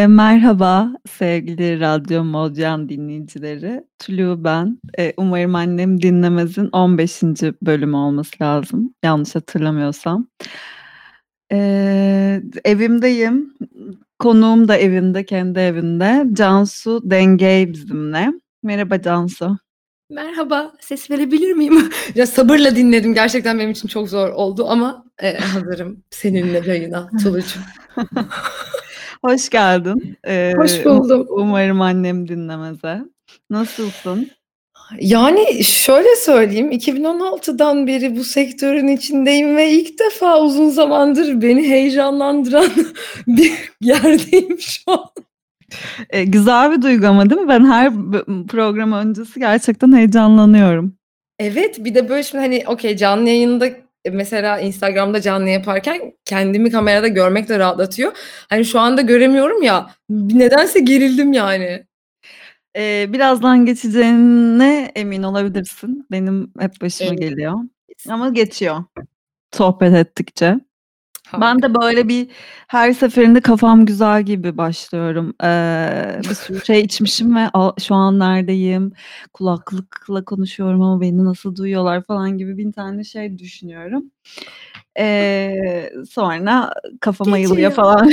Merhaba sevgili Radyo Modcan dinleyicileri. Tülü ben. Umarım annem dinlemezin 15. bölümü olması lazım. Yanlış hatırlamıyorsam. Evimdeyim. Konuğum da evinde, kendi evinde. Cansu Dengey bizimle. Merhaba Cansu. Merhaba, ses verebilir miyim? Ya sabırla dinledim. Gerçekten benim için çok zor oldu ama hazırım seninle yayına Tulucuğum. Hoş geldin. Hoş buldum. Umarım annem dinlemeze. Nasılsın? Yani şöyle söyleyeyim, 2016'dan beri bu sektörün içindeyim ve ilk defa uzun zamandır beni heyecanlandıran bir yerdeyim şu an. Güzel bir duygu ama değil mi? Ben her program öncesi gerçekten heyecanlanıyorum. Evet, bir de böyle şimdi hani okey canlı yayında mesela Instagram'da canlı yaparken kendimi kamerada görmek de rahatlatıyor. Hani şu anda göremiyorum ya, nedense gerildim yani. Birazdan geçeceğine emin olabilirsin. Benim hep başıma Eminim. geliyor. Ama geçiyor sohbet ettikçe. Ben Harika. de böyle bir her seferinde kafam güzel gibi başlıyorum. Bir sürü şey içmişim ve şu an neredeyim? Kulaklıkla konuşuyorum ama beni nasıl duyuyorlar falan gibi 1000 tane şey düşünüyorum. Sonra kafam ayılıyor Geçiyor. falan.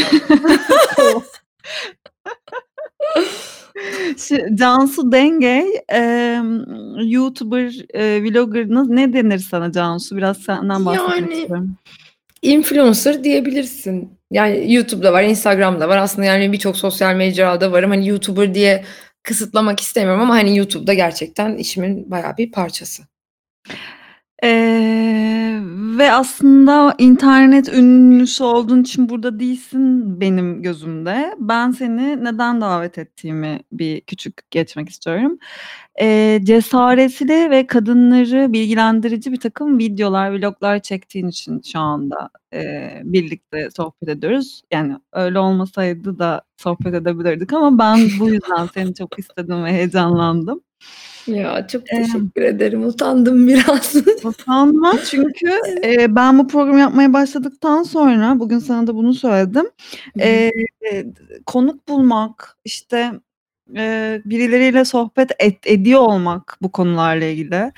Cansu Dengey, YouTuber, vlogger ne denir sana Cansu? Biraz senden bahsetmek Yani istiyorum. influencer diyebilirsin. Yani YouTube'da var, Instagram'da var. Aslında yani birçok sosyal mecrada varım. Hani YouTuber diye kısıtlamak istemiyorum ama hani YouTube'da gerçekten işimin bayağı bir parçası. Ve aslında internet ünlüsü olduğun için burada değilsin benim gözümde. Ben seni neden davet ettiğimi bir küçük geçmek istiyorum. Cesaretli ve kadınları bilgilendirici bir takım videolar, vloglar çektiğin için şu anda birlikte sohbet ediyoruz. Yani öyle olmasaydı da sohbet edebilirdik ama ben bu yüzden seni çok istedim ve heyecanlandım. Ya çok Eee teşekkür ederim. Utandım biraz. Utanma çünkü, Evet. ben bu programı yapmaya başladıktan sonra bugün sana da bunu söyledim. Hı hı. Eee, konuk bulmak, işte, birileriyle sohbet ediyor olmak bu konularla ilgili.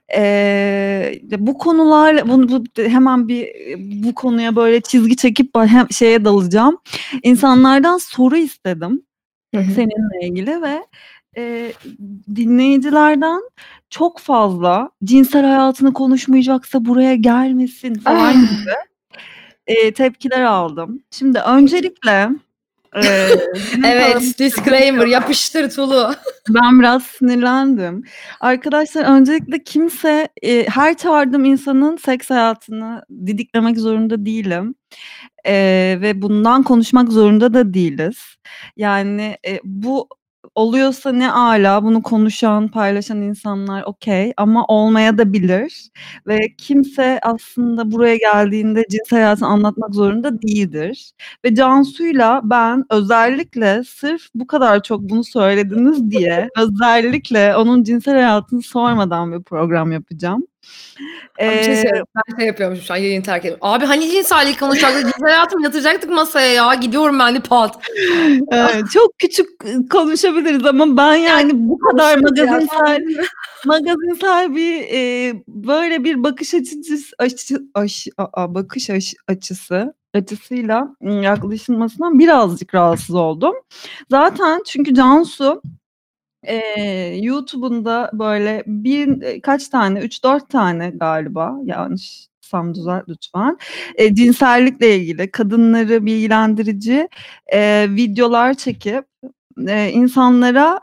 Bu konularla bunu hemen bu konuya böyle çizgi çekip hem şeye dalacağım. İnsanlardan soru istedim Hı hı. seninle ilgili ve, eee, dinleyicilerden çok fazla cinsel hayatını konuşmayacaksa buraya gelmesin falan gibi, Ah, tepkiler aldım. Şimdi öncelikle, benim paramı evet, disclaimer yapıştır Tulu. ben biraz sinirlendim. Arkadaşlar öncelikle kimse, her çağırdığım insanın seks hayatını didiklemek zorunda değilim, ve bundan konuşmak zorunda da değiliz. Yani, bu oluyorsa ne âlâ, bunu konuşan, paylaşan insanlar okay ama olmayabilir ve kimse aslında buraya geldiğinde cinsel hayatını anlatmak zorunda değildir. Ve Cansu'yla ben özellikle sırf bu kadar çok bunu söylediniz diye özellikle onun cinsel hayatını sormadan bir program yapacağım. Abi bir şey Eee söyleyeyim. Ben şey yapıyormuşum şu an yayını terk ediyorum. Abi hani cinsellik konuşacaktık, cinsel hayatımı yatıracaktık masaya ya. Gidiyorum ben de pat. Çok küçük konuşabiliriz ama ben Yani yani bu kadar konuşuruz ya. Sen bizim magazinsel bir, böyle bir bakış açısıyla, yaklaşılmasından birazcık rahatsız oldum. Zaten çünkü Cansu, YouTube'un da böyle kaç tane, 3-4 tane galiba, yanlışsam düzelt lütfen, cinsellikle ilgili kadınları bilgilendirici, videolar çekip, insanlara,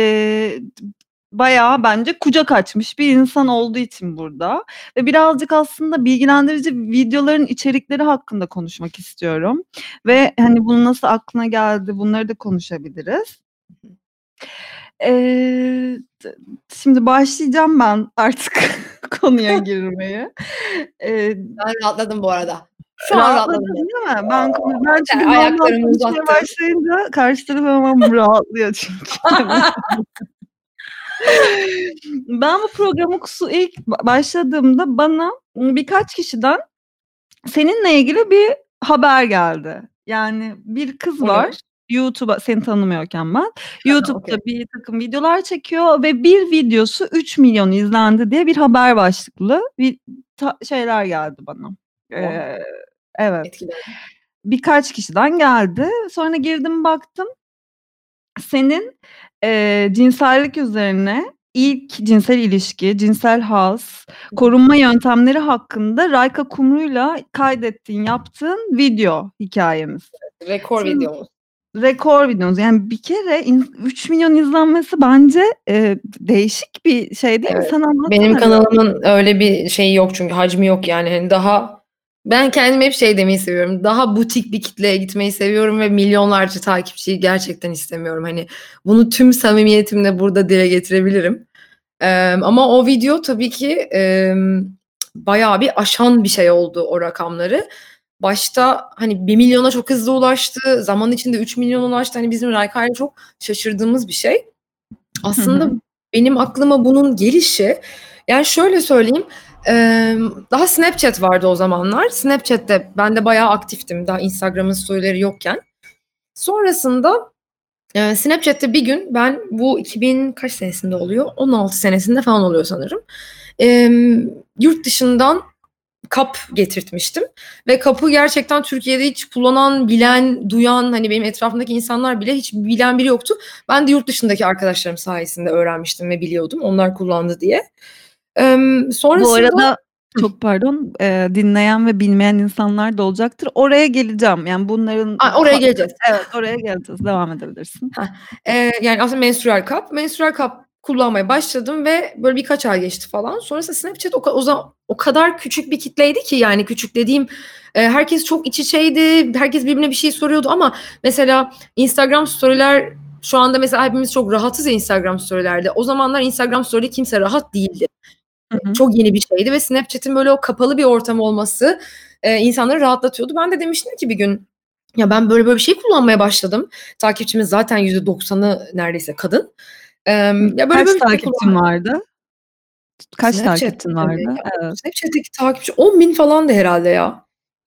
bayağı bence kucak açmış bir insan olduğu için burada ve birazcık aslında bilgilendirici videoların içerikleri hakkında konuşmak istiyorum ve, hani, bu nasıl aklına geldi bunları da konuşabiliriz. D Şimdi başlayacağım ben artık konuya girmeye. Eee, Ben rahatladım bu arada. Şu an rahatladım rahatladın ben. değil mi? Ben çünkü normal Ayaklarımı konuşmaya uzattım. başlayınca karşı taraf hemen rahatlıyor çünkü. Ben bu programı ilk başladığımda bana birkaç kişiden seninle ilgili bir haber geldi. Yani bir kız O ne? var YouTube'a seni tanımıyorken ben. Ha, YouTube'da okay. bir takım videolar çekiyor ve bir videosu 3 milyon izlendi diye bir haber başlıklı bir şeyler geldi bana. Wow. Evet. Etkilendim. Birkaç kişiden geldi. Sonra girdim baktım. Senin cinsellik üzerine ilk cinsel ilişki, cinsel haz, korunma yöntemleri hakkında Rayka Kumru'yla kaydettiğin, yaptığın video hikayemiz. Rekor Şimdi videomuz. rekor videomuz. Yani bir kere 3 milyon izlenmesi bence değişik bir şey değil mi? Evet. Sen Benim anlatsana biraz. kanalımın öyle bir şeyi yok çünkü hacmi yok yani. Hani daha ben kendim hep şey demeyi seviyorum. Daha butik bir kitleye gitmeyi seviyorum ve milyonlarca takipçiyi gerçekten istemiyorum. Hani bunu tüm samimiyetimle burada dile getirebilirim. Ama o video tabii ki bayağı bir aşan bir şey oldu o rakamları. Başta hani 1 milyona çok hızlı ulaştı. Zaman içinde 3 milyona ulaştı. Hani bizim Rayka'yla çok şaşırdığımız bir şey. Aslında benim aklıma bunun gelişi, yani şöyle söyleyeyim, daha Snapchat vardı o zamanlar. Snapchat'te ben de bayağı aktiftim daha Instagram'ın storyleri yokken. Sonrasında Snapchat'te bir gün ben bu 2000 kaç senesinde oluyor? 16 senesinde falan oluyor sanırım. Yurt dışından kap getirtmiştim ve kapı gerçekten Türkiye'de hiç kullanan, bilen, duyan, hani benim etrafımdaki insanlar bile hiç bilen biri yoktu. Ben de yurt dışındaki arkadaşlarım sayesinde öğrenmiştim ve biliyordum. Onlar kullandı diye. Bu Sonrasında arada çok pardon, dinleyen ve bilmeyen insanlar da olacaktır. Oraya geleceğim. Yani bunların oraya geleceğiz. Evet, oraya geleceğiz. Devam edebilirsin. Yani aslında menstrual kap. Menstrual kap kullanmaya başladım ve böyle birkaç ay geçti falan. Sonrasında Snapchat o kadar küçük bir kitleydi ki, yani küçük dediğim herkes çok iç içeydi. Herkes birbirine bir şey soruyordu ama mesela Instagram storyler şu anda mesela hepimiz çok rahatız ya Instagram storylerde. O zamanlar Instagram story'de kimse rahat değildi. Çok yeni bir şeydi ve Snapchat'in böyle o kapalı bir ortam olması insanları rahatlatıyordu. Ben de demiştim ki bir gün, ya ben böyle bir şey kullanmaya başladım. Takipçimiz zaten %90'ı neredeyse kadın. Ya böyle Kaç bir şey takipçin vardı? Kaç takipçin vardı? Evet. Snapchat'teki takipçi 10.000 falandı herhalde ya.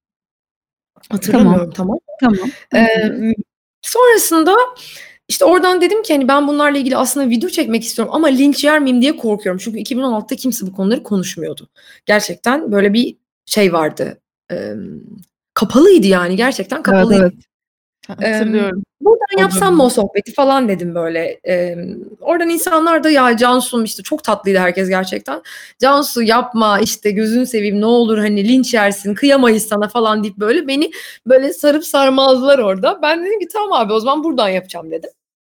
Tamam. Hatırlamıyorum tamam. Tamam. Sonrasında işte oradan dedim ki hani ben bunlarla ilgili aslında video çekmek istiyorum ama linç yer miyim diye korkuyorum. Çünkü 2016'da kimse bu konuları konuşmuyordu. Gerçekten böyle bir şey vardı. Kapalıydı yani, gerçekten kapalıydı. Evet. Hatırlıyorum. Buradan yapsam mı o sohbeti falan dedim böyle. Oradan insanlar da ya Cansu'm, işte çok tatlıydı herkes gerçekten. Cansu yapma işte, gözünü seveyim ne olur, hani linç yersin, kıyamayız sana falan deyip böyle beni böyle sarıp sarmaladılar orada. Ben dedim ki tamam abi, o zaman buradan yapacağım dedim.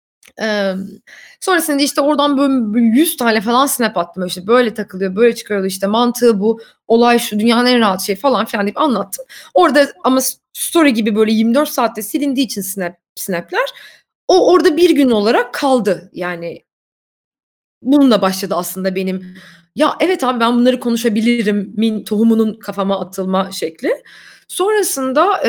Sonrasında işte oradan böyle 100 tane falan snap attım. İşte böyle takılıyor, böyle çıkarılıyor, işte mantığı bu, olay şu, dünyanın en rahat şey falan filan deyip anlattım. Orada ama story gibi böyle 24 saatte silindiği için snapler o orada bir gün olarak kaldı. Yani bununla başladı aslında benim, ya evet abi ben bunları konuşabilirim min tohumunun kafama atılma şekli. Sonrasında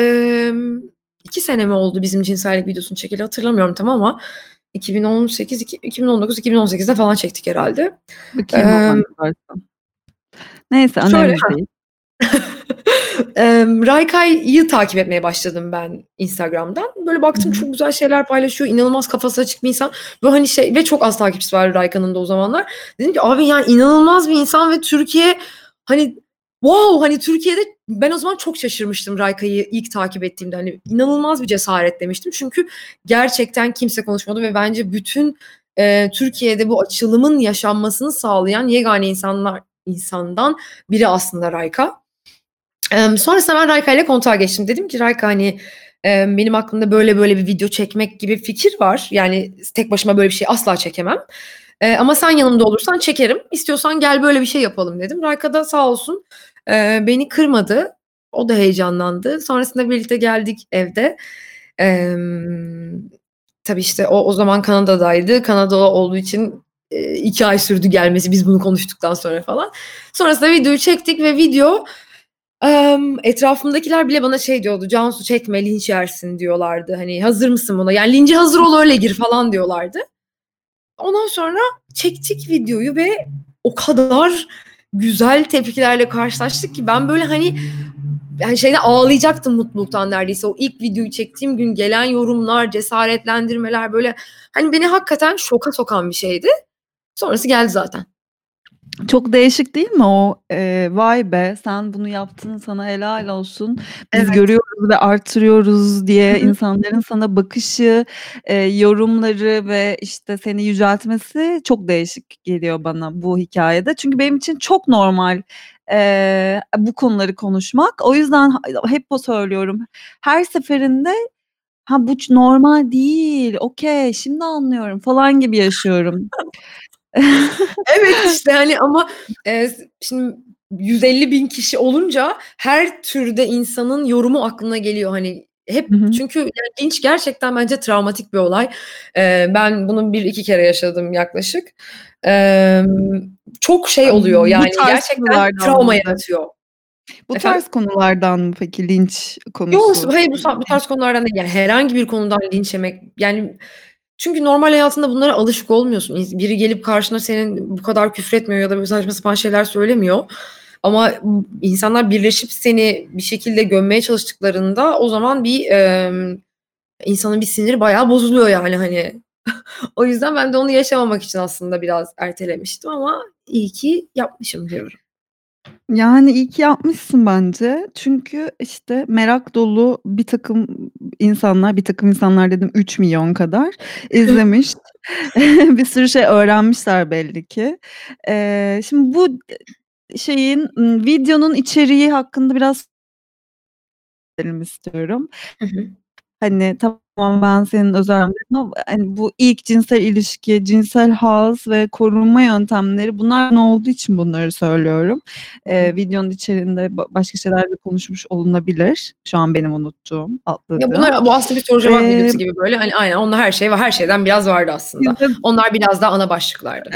2 sene mi oldu bizim cinsellik videosunu çekeli hatırlamıyorum tam ama 2018, 2019, 2018'de falan çektik herhalde. Bakayım hemen istersen. Neyse önemli değil. Rayka'yı takip etmeye başladım ben Instagram'dan. Böyle baktım çok güzel şeyler paylaşıyor. İnanılmaz kafası açık bir insan. Ve hani şey, ve çok az takipçisi var Rayka'nın da o zamanlar. Dedim ki abi yani inanılmaz bir insan ve Türkiye hani wow, hani Türkiye'de ben o zaman çok şaşırmıştım Rayka'yı ilk takip ettiğimde. Hani inanılmaz bir cesaret demiştim. Çünkü gerçekten kimse konuşmuyordu ve bence bütün Türkiye'de bu açılımın yaşanmasını sağlayan yegane insandan biri aslında Rayka. Sonrasında ben Rayka ile kontağa geçtim. Dedim ki Rayka hani benim aklımda böyle böyle bir video çekmek gibi fikir var. Yani tek başıma böyle bir şey asla çekemem. Ama sen yanımda olursan çekerim. İstiyorsan gel böyle bir şey yapalım dedim. Rayka da sağ olsun beni kırmadı. O da heyecanlandı. Sonrasında birlikte geldik evde. Tabii işte o zaman Kanada'daydı. Kanada'da olduğu için 2 ay sürdü gelmesi, biz bunu konuştuktan sonra falan. Sonrasında videoyu çektik ve video etrafımdakiler bile bana şey diyordu. Cansu çekme, linç yersin diyorlardı. Hani hazır mısın buna? Yani lince hazır ol öyle gir falan diyorlardı. Ondan sonra çektik videoyu ve o kadar güzel tepkilerle karşılaştık ki ben böyle hani yani şeyde ağlayacaktım mutluluktan neredeyse. O ilk videoyu çektiğim gün gelen yorumlar, cesaretlendirmeler böyle hani beni hakikaten şoka sokan bir şeydi. Sonrası geldi zaten. Çok değişik değil mi o? Vay be sen bunu yaptın sana helal olsun. Biz Evet. görüyoruz ve artırıyoruz diye Hı hı. insanların sana bakışı, yorumları ve işte seni yüceltmesi çok değişik geliyor bana bu hikayede. Çünkü benim için çok normal bu konuları konuşmak. O yüzden hep o söylüyorum. Her seferinde ha bu normal değil, okey şimdi anlıyorum falan gibi yaşıyorum. Evet işte hani ama şimdi 150.000 kişi olunca her türde insanın yorumu aklına geliyor hani hep Hı hı. çünkü yani linç gerçekten bence travmatik bir olay. Ben bunu 1-2 kere yaşadım yaklaşık. Çok şey oluyor Bu yani tarz gerçekten konulardan travma mıydı? yaratıyor. Bu Efendim? tarz konulardan mı peki linç Yok, konusu? hayır bu tarz konulardan değil. Yani herhangi bir konudan linç yemek yani çünkü normal hayatında bunlara alışık olmuyorsun. Biri gelip karşına senin bu kadar küfretmiyor ya da böyle saçma sapan şeyler söylemiyor. Ama insanlar birleşip seni bir şekilde gömmeye çalıştıklarında o zaman insanın bir siniri bayağı bozuluyor yani hani. O yüzden ben de onu yaşamamak için aslında biraz ertelemiştim ama iyi ki yapmışım diyorum. Yani iyi ki yapmışsın bence. Çünkü işte merak dolu bir takım insanlar dedim 3 milyon kadar izlemiş. Bir sürü şey öğrenmişler belli ki. Şimdi bu videonun içeriği hakkında biraz istiyorum. Hı hı. Hani tamam ben senin özelliklerin ama hani bu ilk cinsel ilişki, cinsel haz ve korunma yöntemleri bunlar ne olduğu için bunları söylüyorum. Videonun içerisinde başka şeyler de konuşmuş olunabilir. Şu an benim unuttuğum, Ya atladığım. bunlar bu aslında bir soru cevap Eee videosu gibi böyle hani aynen onda her şey var. Her şeyden biraz vardı aslında. Onlar biraz daha ana başlıklardı.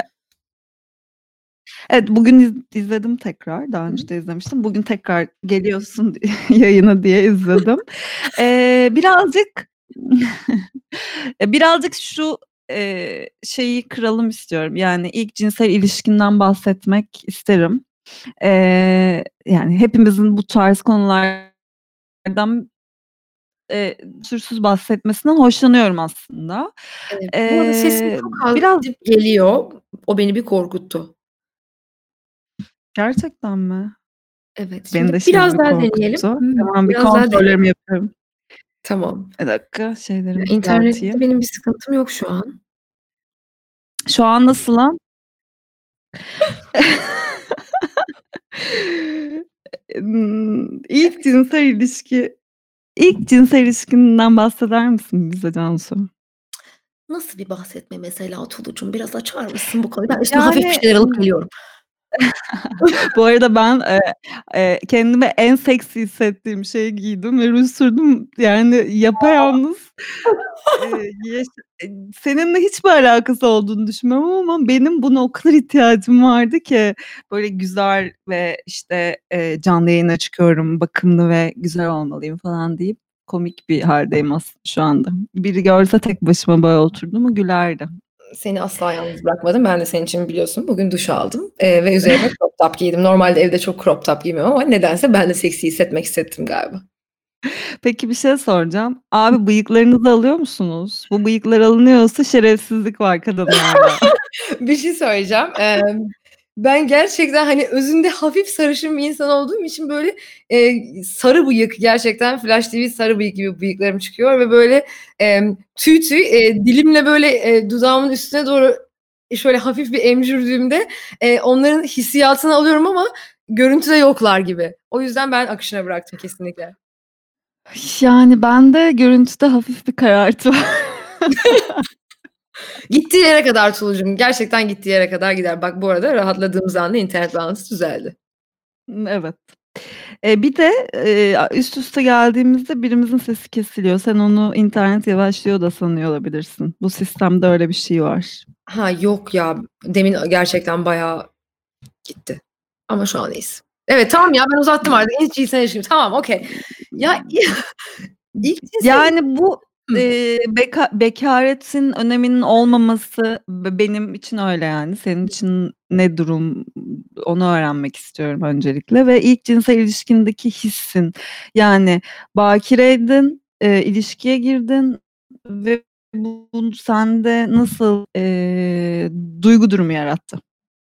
Evet, bugün izledim tekrar. Daha Hı hı. önce de izlemiştim. Bugün tekrar geliyorsun yayına diye izledim. Birazcık birazcık şu şeyi kıralım istiyorum. Yani ilk cinsel ilişkinden bahsetmek isterim. Yani hepimizin bu tarz konulardan kusursuz bahsetmesinden hoşlanıyorum aslında. Bu arada sesin çok az Biraz gidip geliyor. O beni bir korkuttu. gerçekten mi? Evet. Beni Şimdi de şimdi biraz bir daha deneyelim. korkuttu. Hemen bir Biraz daha kontrollerimi deneyelim. yapıyorum. Tamam. Bir dakika şeylerimi İnternette düzelteyim. benim bir sıkıntım yok şu an. Şu an nasılım? İlk cinsel ilişkinden bahseder misin bize Cansu? Nasıl bir bahsetme mesela Tulucuğum? Biraz açar mısın bu konuyu? Ben üstüme hafif bir Yani şeyler alıp geliyorum. bu arada ben kendime en seksi hissettiğim şeyi giydim ve ruj sürdüm. Yani yapayalnız yaş seninle hiçbir alakası olduğunu düşünmüyorum ama benim buna o kadar ihtiyacım vardı ki böyle güzel ve işte canlı yayına çıkıyorum, bakımlı ve güzel olmalıyım falan deyip komik bir hâldeyim aslında şu anda. Biri görse tek başıma böyle oturduğumu gülerdi. Seni asla yalnız bırakmadım. Ben de senin için biliyorsun bugün duş aldım ve üzerime crop top giydim. Normalde evde çok crop top giymem ama nedense ben de seksi hissetmek istedim galiba. Peki bir şey soracağım. Abi bıyıklarınızı alıyor musunuz? Bu bıyıklar alınıyorsa şerefsizlik var kadınlarda. Bir şey söyleyeceğim. Ben gerçekten hani özünde hafif sarışın bir insan olduğum için böyle sarı bıyık gerçekten Flash TV sarı bıyık gibi bıyıklarım çıkıyor ve böyle tüy dilimle böyle dudağımın üstüne doğru şöyle hafif bir emcürdüğümde onların hissiyatını alıyorum ama görüntüde yoklar gibi. O yüzden ben akışına bıraktım kesinlikle. Yani bende görüntüde hafif bir karartı var. Gittiği yere kadar Tulucuğum. Gerçekten gittiği yere kadar gider. Bak bu arada rahatladığımız anda internet bağlantısı düzeldi. Evet. Bir de üst üste geldiğimizde birimizin sesi kesiliyor. Sen onu internet yavaşlıyor da sanıyor olabilirsin. Bu sistemde öyle bir şey var. Ha yok ya. Demin gerçekten bayağı gitti. Ama şu an iyiyiz. Evet tamam ya ben uzattım artık. En cinsel ilişkim. Tamam okey. Ya ilk cinsel Yani bu Hıh. Bekaretin öneminin olmaması benim için öyle yani. Senin için ne durum? Onu öğrenmek istiyorum öncelikle ve ilk cinsel ilişkindeki hissin. Yani bakireydin, ilişkiye girdin ve bu sende nasıl, duygu durumu yarattı?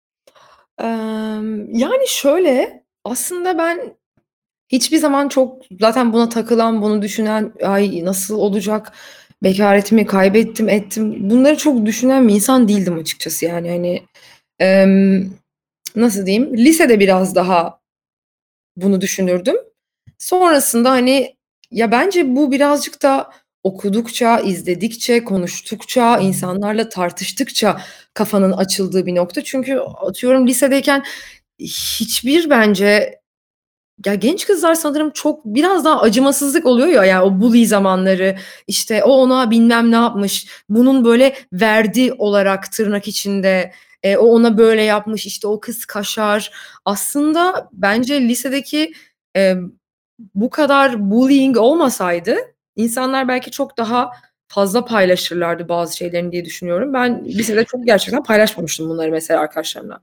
Yani şöyle, aslında ben hiçbir zaman çok zaten buna takılan, bunu düşünen, "Ay, nasıl olacak, bekaretimi kaybettim, ettim." Bunları çok düşünen bir insan değildim açıkçası. Yani, hani, emm, nasıl diyeyim, lisede biraz daha bunu düşünürdüm. Sonrasında, hani, ya, bence bu birazcık da okudukça, izledikçe, konuştukça, insanlarla tartıştıkça kafanın açıldığı bir nokta. Çünkü atıyorum lisedeyken hiçbir bence ya, genç kızlar sanırım çok biraz daha acımasızlık oluyor ya, yani o bully zamanları, işte, o ona bilmem ne yapmış, bunun böyle "verdi" olarak tırnak içinde, o ona böyle yapmış, işte, o kız kaşar. Aslında bence lisedeki, emm, bu kadar bullying olmasaydı insanlar belki çok daha fazla paylaşırlardı bazı şeylerini diye düşünüyorum. Ben lisede çok gerçekten paylaşmamıştım bunları mesela arkadaşlarımla.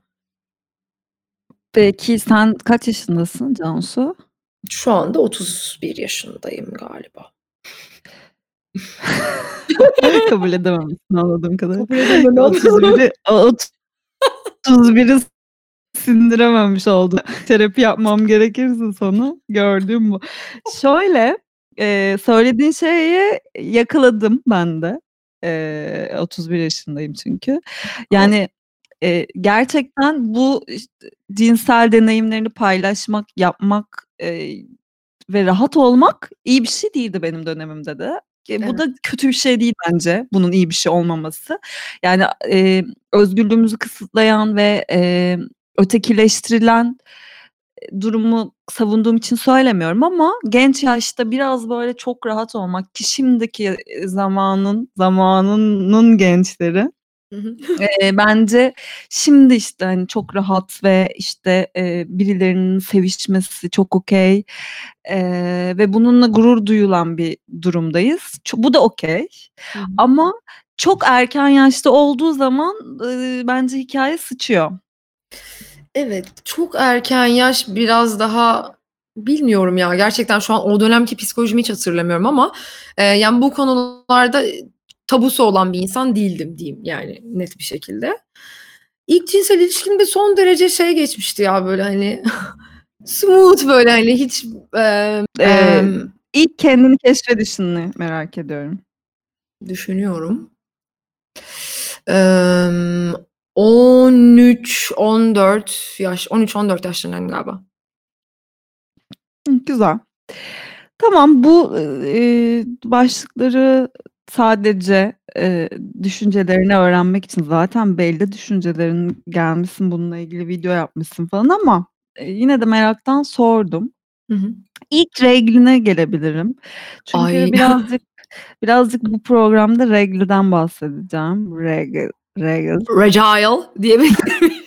Peki sen kaç yaşındasın Cansu? Şu anda 31 yaşındayım galiba. Kabul edememişsin anladığım kadarıyla. Kabul edememem. 31'i sindirememiş oldum. Terapi yapmam gerekirse sana gördüğüm bu. Şöyle, söylediğin şeyi yakaladım ben de. 31 yaşındayım çünkü. Yani, gerçekten bu cinsel deneyimlerini paylaşmak, yapmak, ve rahat olmak iyi bir şey değildi benim dönemimde de. Bu Evet. da kötü bir şey değil bence, bunun iyi bir şey olmaması. Yani, özgürlüğümüzü kısıtlayan ve, ötekileştirilen, durumu savunduğum için söylemiyorum ama genç yaşta biraz böyle çok rahat olmak ki şimdiki, zamanının gençleri, Hı hı. bence şimdi, işte, hani, çok rahat ve, işte, birilerinin sevişmesi çok okay, ve bununla gurur duyulan bir durumdayız. Bu da okay Hı hı. ama çok erken yaşta olduğu zaman, bence hikâye sıçıyor. Evet, çok erken yaş biraz daha bilmiyorum ya, gerçekten şu an o dönemki psikolojimi hiç hatırlamıyorum ama, yani, bu konularda, tabusu olan bir insan değildim diyeyim, yani, net bir şekilde. İlk cinsel ilişkim de son derece şey geçmişti ya, böyle, hani, smooth böyle, hani, hiç, Eee, ilk kendini keşfedişini merak ediyorum. düşünüyorum. Emm, 13-14 yaş, 13-14 yaşlarındaydım galiba. Güzel. Tamam, bu, başlıkları sadece, düşüncelerini öğrenmek için zaten belli düşüncelerin gelmişsin, bununla ilgili video yapmışsın falan ama, yine de meraktan sordum. Hı hı. İlk regline gelebilirim. Çünkü Ay. birazcık bu programda regliden bahsedeceğim. Regl. Fragile diyebilir miyim?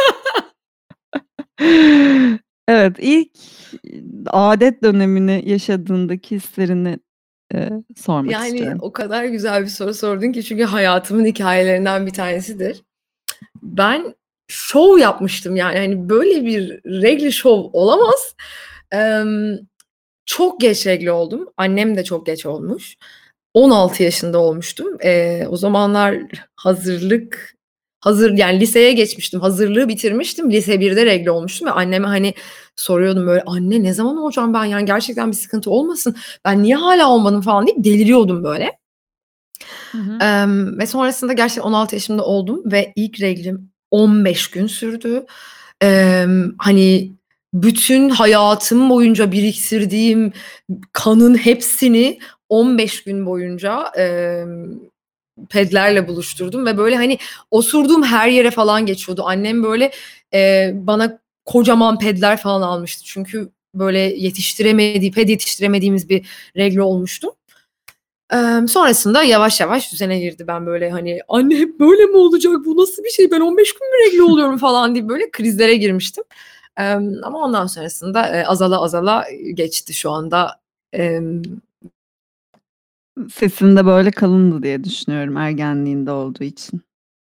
Evet, ilk adet dönemini yaşadığındaki hislerini, sormak Yani, istiyorum. o kadar güzel bir soru sordun ki çünkü hayatımın hikâyelerinden bir tanesidir. Ben şov yapmıştım, yani, hani, böyle bir regl şov olamaz. Emm, çok geç regl oldum. Annem de çok geç olmuş. 16 yaşında olmuştum. O zamanlar yani, liseye geçmiştim, hazırlığı bitirmiştim. Lise 1'de regl olmuştum ve anneme, hani, soruyordum böyle, "Anne, ne zaman olacağım ben? Yani, gerçekten bir sıkıntı olmasın, ben niye hâlâ olmadım?" falan deyip deliriyordum böyle. Hı hı. Ve sonrasında gerçekten 16 yaşımda oldum ve ilk reglim 15 gün sürdü. Hani, bütün hayatım boyunca biriktirdiğim kanın hepsini 15 gün boyunca, pedlerle buluşturdum ve böyle, hani, osurduğum her yere falan geçiyordu. Annem böyle, bana kocaman pedler falan almıştı. Çünkü böyle ped yetiştiremediğimiz bir regl olmuştu. Sonrasında yavaş yavaş düzene girdi. Ben böyle, hani, "Anne hep böyle mi olacak? Bu nasıl bir şey? Ben 15 gün mü regl oluyorum?" falan diye böyle krizlere girmiştim. Ama ondan sonrasında, azala azala, geçti şu anda. Emm Sesinde böyle kalındı diye düşünüyorum ergenliğinde olduğu için.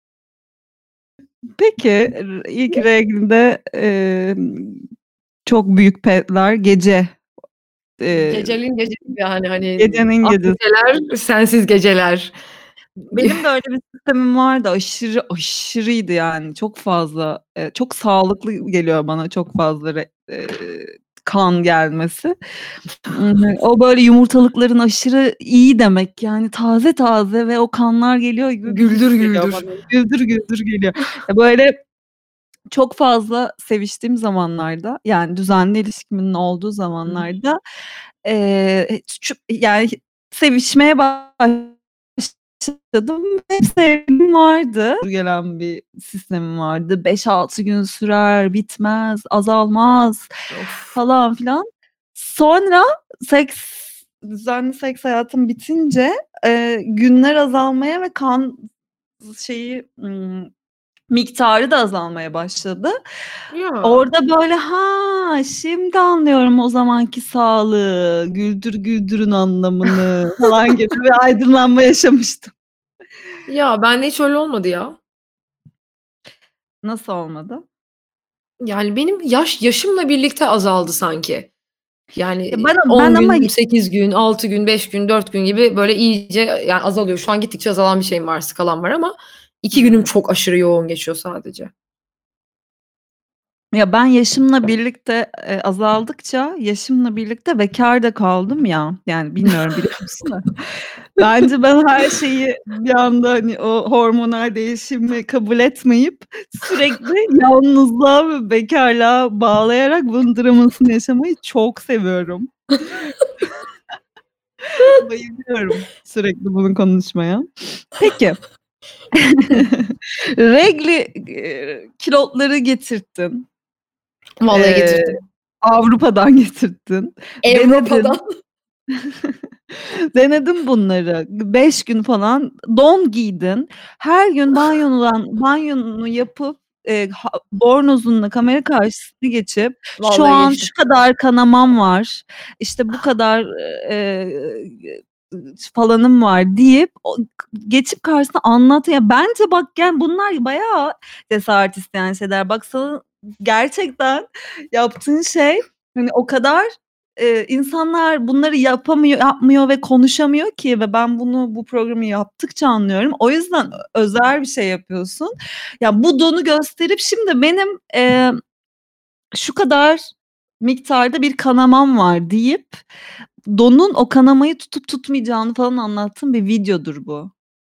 Peki, ilk reglinde, çok büyük petler gece, Geceliğin gecesi yani, hani, gecenin gecesi. aktiviteler, sensiz geceler. Benim de öyle bir sistemim vardı. Aşırıydı yani. Çok fazla, çok sağlıklı geliyor bana çok fazla kan gelmesi. O böyle yumurtalıkların aşırı iyi demek yani taze taze ve o kanlar geliyor gibi bir his Güldür geliyor güldür. bana. Güldür güldür geliyor. Böyle çok fazla seviştiğim zamanlarda, yani düzenli ilişkimin olduğu Hı hı. zamanlarda, yani sevişmeye başladım ve sevgilim vardı. Gelen bir sistemim vardı. 5-6 gün sürer, bitmez, azalmaz Of. falan filan. Sonra düzenli seks hayatım bitince, günler azalmaya ve kan şeyi, miktarı da azalmaya başladı. Ya. Orada böyle, şimdi anlıyorum o zamanki sağlığı, güldür güldürün anlamını falan gibi bir aydınlanma yaşamıştım. Ya, bende hiç öyle olmadı ya. Nasıl olmadı? Yani benim yaşımla birlikte azaldı sanki. Ya Yani ben 10 ama gün, 8 gün, 6 gün, 5 gün, 4 gün gibi böyle iyice yani azalıyor. Şu an gittikçe azalan bir şeyim var, skalam var ama 2 günüm çok aşırı yoğun geçiyor sadece. Ya ben yaşımla birlikte azaldıkça yaşımla birlikte bekâr da kaldım ya. Yani bilmiyorum biliyor musun da. Bence ben her şeyi bir anda hani o hormonal değişimi kabul etmeyip sürekli yalnızlığa ve bekârlığa bağlayarak bunun dramasını yaşamayı çok seviyorum. Bayılıyorum sürekli bunu konuşmaya. Peki. Regl kilotları getirttin. Vallahi Eee, getirdim. Avrupa'dan getirttin. Denedin. Avrupa'dan. Denedim bunları. 5 gün falan don giydin. Her gün banyonu yapıp, bornozunla kamera karşısına geçip şu Vallahi an geçtim. şu kadar kanamam var, işte bu kadar, falanım var deyip geçip karşısına anlat. Ya bence bak yani bunlar bayağı cesaret isteyen şeyler. Bak sana gerçekten yaptığın şey hani o kadar insanlar bunları yapmıyor ve konuşamıyor ki ve ben bu programı yaptıkça anlıyorum. O yüzden özel bir şey yapıyorsun. Ya bu donu gösterip şimdi benim şu kadar miktarda bir kanamam var deyip donun o kanamayı tutup tutmayacağını falan anlattığın bir videodur bu.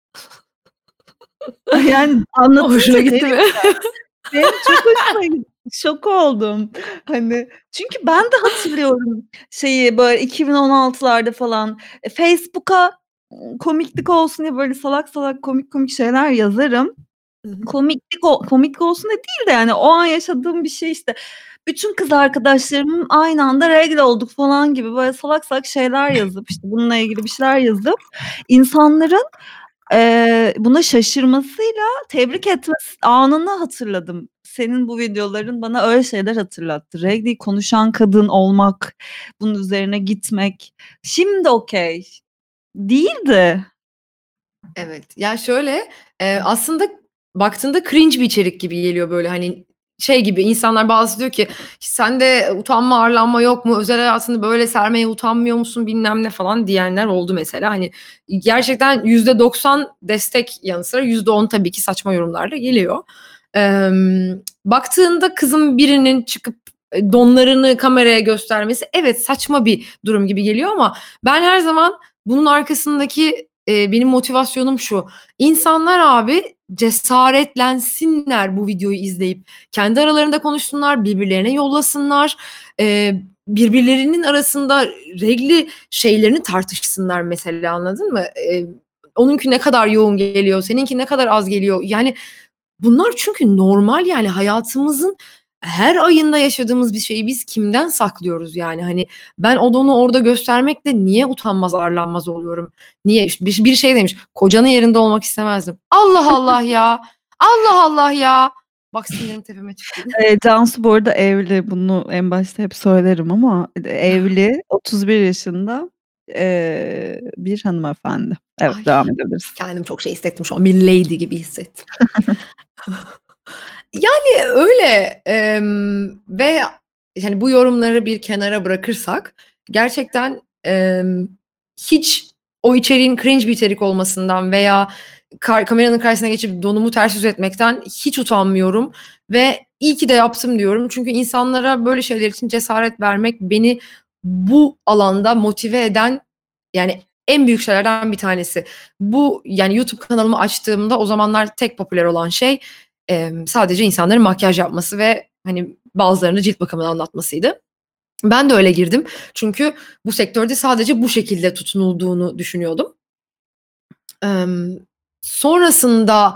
Yani Hoşuna anlatınca gitti mi? benim çok hoşuma gitti. Şok oldum. Hani çünkü ben de hatırlıyorum şeyi böyle 2016'larda falan Facebook'a komiklik olsun diye böyle salak salak komik şeyler yazarım. Hı hı. Komik olsun diye değil de yani o an yaşadığım bir şey işte. Bütün kız arkadaşlarımın aynı anda regl olduk falan gibi böyle salak salak şeyler yazıp işte bununla ilgili bir şeyler yazıp insanların buna şaşırmasıyla tebrik etmesi anını hatırladım. Senin bu videoların bana öyle şeyler hatırlattı. Regla'yı konuşan kadın olmak, bunun üzerine gitmek. Şimdi okay. Değildi. Evet. Ya şöyle, aslında baktığında cringe bir içerik gibi geliyor böyle hani şey gibi insanlar bazısı diyor ki sende utanma arlanma yok mu? Özel hayatını böyle sermeye utanmıyor musun bilmem ne falan diyenler oldu mesela. Hani gerçekten %90 destek yanı sıra %10 tabii ki saçma yorumlar da geliyor. Baktığında kızın birinin çıkıp donlarını kameraya göstermesi evet saçma bir durum gibi geliyor ama ben her zaman bunun arkasındaki benim motivasyonum şu. İnsanlar abi cesaretlensinler bu videoyu izleyip. Kendi aralarında konuşsunlar, birbirlerine yollasınlar. Birbirlerinin arasında regli şeylerini tartışsınlar mesela anladın mı? Onunki ne kadar yoğun geliyor, seninki ne kadar az geliyor. Yani bunlar çünkü normal yani hayatımızın her ayında yaşadığımız bir şeyi biz kimden saklıyoruz yani hani ben onu orada göstermekle niye utanmaz arlanmaz oluyorum? Niye? Bir şey demiş kocanın yerinde olmak istemezdim. Allah Allah ya. Allah Allah ya. Bak sinirim tepeme çıktı. Cansu bu arada evli. Bunu en başta hep söylerim ama evli, 31 yaşında. bir hanımefendi. Evet, Ay, devam edebiliriz. kendimi çok şey hissettim şu an. Bir lady gibi hissettim. Yani öyle ve hani bu yorumları bir kenara bırakırsak gerçekten hiç o içeriğin cringe bir içerik olmasından veya kameranın karşısına geçip donumu ters yüz etmekten hiç utanmıyorum ve iyi ki de yaptım diyorum. Çünkü insanlara böyle şeyler için cesaret vermek beni bu alanda motive eden yani en büyük şeylerden bir tanesi. Bu yani YouTube kanalımı açtığımda o zamanlar tek popüler olan şey sadece insanların makyaj yapması ve hani bazılarını cilt bakımını anlatmasıydı. Ben de öyle girdim. Çünkü bu sektörde sadece bu şekilde tutunulduğunu düşünüyordum. Sonrasında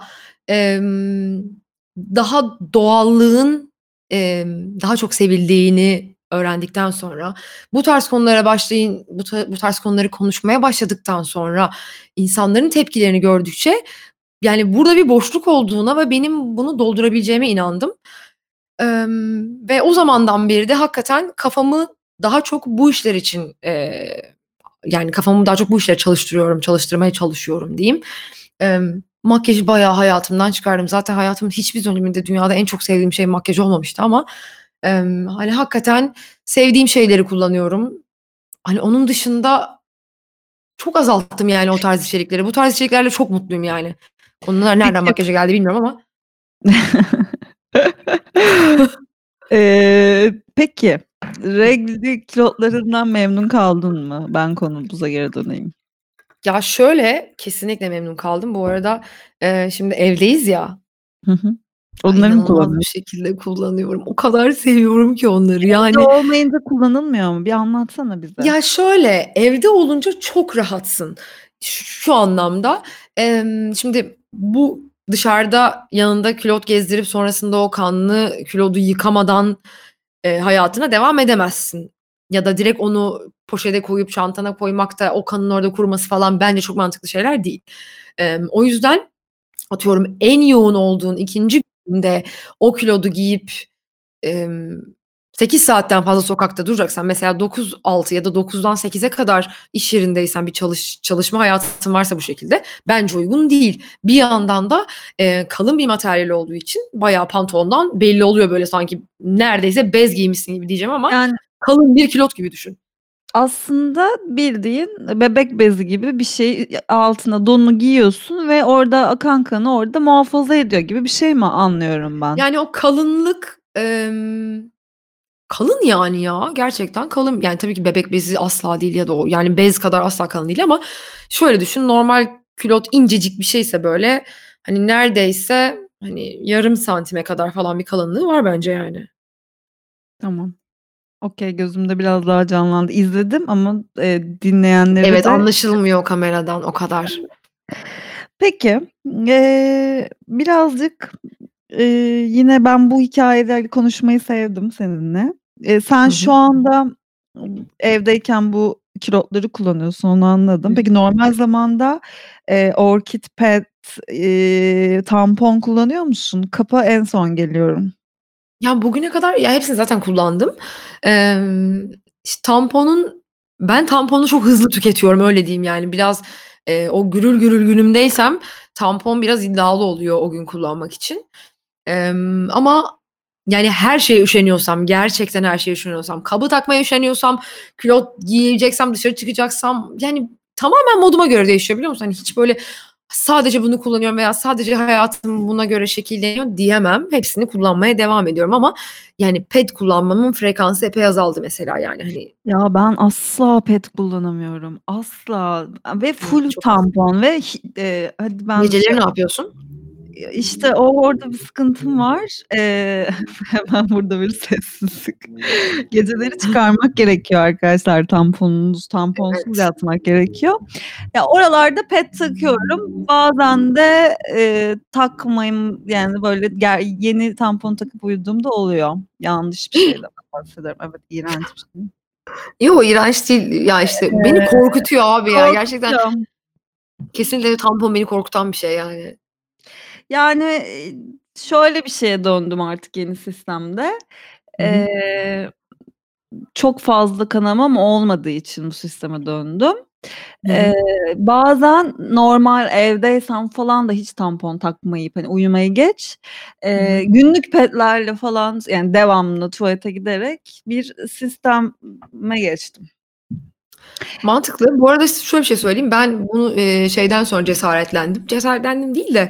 daha doğallığın daha çok sevildiğini öğrendikten sonra bu tarz konulara bu tarz konuları konuşmaya başladıktan sonra insanların tepkilerini gördükçe yani burada bir boşluk olduğuna ve benim bunu doldurabileceğime inandım. Ve o zamandan beri de hakikaten kafamı daha çok bu işler için yani kafamı daha çok bu işlere çalıştırmaya çalışıyorum diyeyim. Makyajı bayağı hayatımdan çıkardım. Zaten hayatımın hiçbir döneminde dünyada en çok sevdiğim şey makyaj olmamıştı ama hani hakikaten sevdiğim şeyleri kullanıyorum. Hani onun dışında çok azalttım yani o tarz içerikleri. Bu tarz içeriklerle çok mutluyum yani. Onlar nereden Peki. makyaja geldi bilmiyorum ama. Peki, renkli kilotlarından memnun kaldın mı? Ben konumuza geri döneyim. Ya şöyle, kesinlikle memnun kaldım. Bu arada şimdi evdeyiz ya. Hı hı. Ya Onları mı inanılmaz bir kullanıyorsun? şekilde kullanıyorum. O kadar seviyorum ki onları. Evde Yani olmayınca kullanılmıyor mu? Bir anlatsana bize. ya şöyle, evde olunca çok rahatsın. Şu anlamda. Şimdi bu dışarıda yanında külot gezdirip sonrasında o kanlı külodu yıkamadan hayatına devam edemezsin. Ya da direkt onu poşete koyup çantana koymak da o kanın orada kuruması falan bence çok mantıklı şeyler değil. O yüzden atıyorum en yoğun olduğun 2. günde o kilodu giyip 8 saatten fazla sokakta duracaksan mesela 9-6 ya da 9'dan 8'e kadar iş yerindeysen bir çalışma hayatın varsa bu şekilde bence uygun değil. Bir yandan da kalın bir materyal olduğu için bayağı pantolondan belli oluyor böyle sanki neredeyse bez giymişsin gibi diyeceğim ama Yani kalın bir kilot gibi düşün. aslında bildiğin bebek bezi gibi bir şey altına donunu giyiyorsun ve orada akan kanı orada muhafaza ediyor gibi bir şey mi anlıyorum ben? Yani o kalınlık kalın yani ya gerçekten kalın. Yani tabii ki bebek bezi asla değil ya da o yani bez kadar asla kalın değil ama şöyle düşün normal külot incecik bir şeyse böyle hani neredeyse hani yarım santime kadar falan bir kalınlığı var bence yani. Tamam. Okay, gözümde biraz daha canlandı. İzledim ama dinleyenleri Evet de anlaşılmıyor kameradan o kadar. Peki, birazcık, yine ben bu hikayeleri konuşmayı sevdim seninle. Sen Hı şu hı. anda evdeyken bu kilotları kullanıyorsun, onu anladım. Peki normal zamanda, Orkid Pet, tampon kullanıyor musun? Kap'a en son geliyorum. Ya bugüne kadar ya hepsini zaten kullandım. Ben tamponu çok hızlı tüketiyorum öyle diyeyim yani biraz o gürül gürül günümdeysem tampon biraz iddialı oluyor o gün kullanmak için. Ama yani her şeye üşeniyorsam, gerçekten her şeye üşeniyorsam, kabı takmaya üşeniyorsam, külot giyeceksem, dışarı çıkacaksam yani tamamen moduma göre değişiyor biliyor musun? Hani hiç böyle sadece bunu kullanıyorum veya sadece hayatım buna göre şekilleniyor diyemem. Hepsini kullanmaya devam ediyorum ama yani ped kullanmamın frekansı epey azaldı mesela yani hani. Ya ben asla pet kullanamıyorum. Asla ve full Çok az. tampon ve hadi ben Geceleri ne yapıyorsun? işte orada bir sıkıntım var. Hemen burada bir sessizlik. Geceleri çıkarmak gerekiyor arkadaşlar tamponsuz Evet. yatmak gerekiyor. Ya oralarda pet takıyorum. Bazen de takmayayım yani böyle yeni tampon takıp uyuduğumda oluyor. Yanlış bir şeyden bahsediyorum. Evet, iğrenç bir şey. Yok iğrenç değil. Ya işte beni Eee, korkutuyor abi ya. Gerçekten korkutuyor. kesinlikle tampon beni korkutan bir şey yani. Yani şöyle bir şeye döndüm artık yeni sistemde. Hı hı. Çok fazla kanamam olmadığı için bu sisteme döndüm. Hı hı. Bazen normal evdeysem falan da hiç tampon takmayıp, hani, uyumayı geç, Hı hı. günlük pedlerle falan, yani, devamlı tuvalete giderek bir sisteme geçtim. Mantıklı. Bu arada şöyle bir şey söyleyeyim. Ben bunu, şeyden sonra cesaretlendim. Cesaretlendim değil de,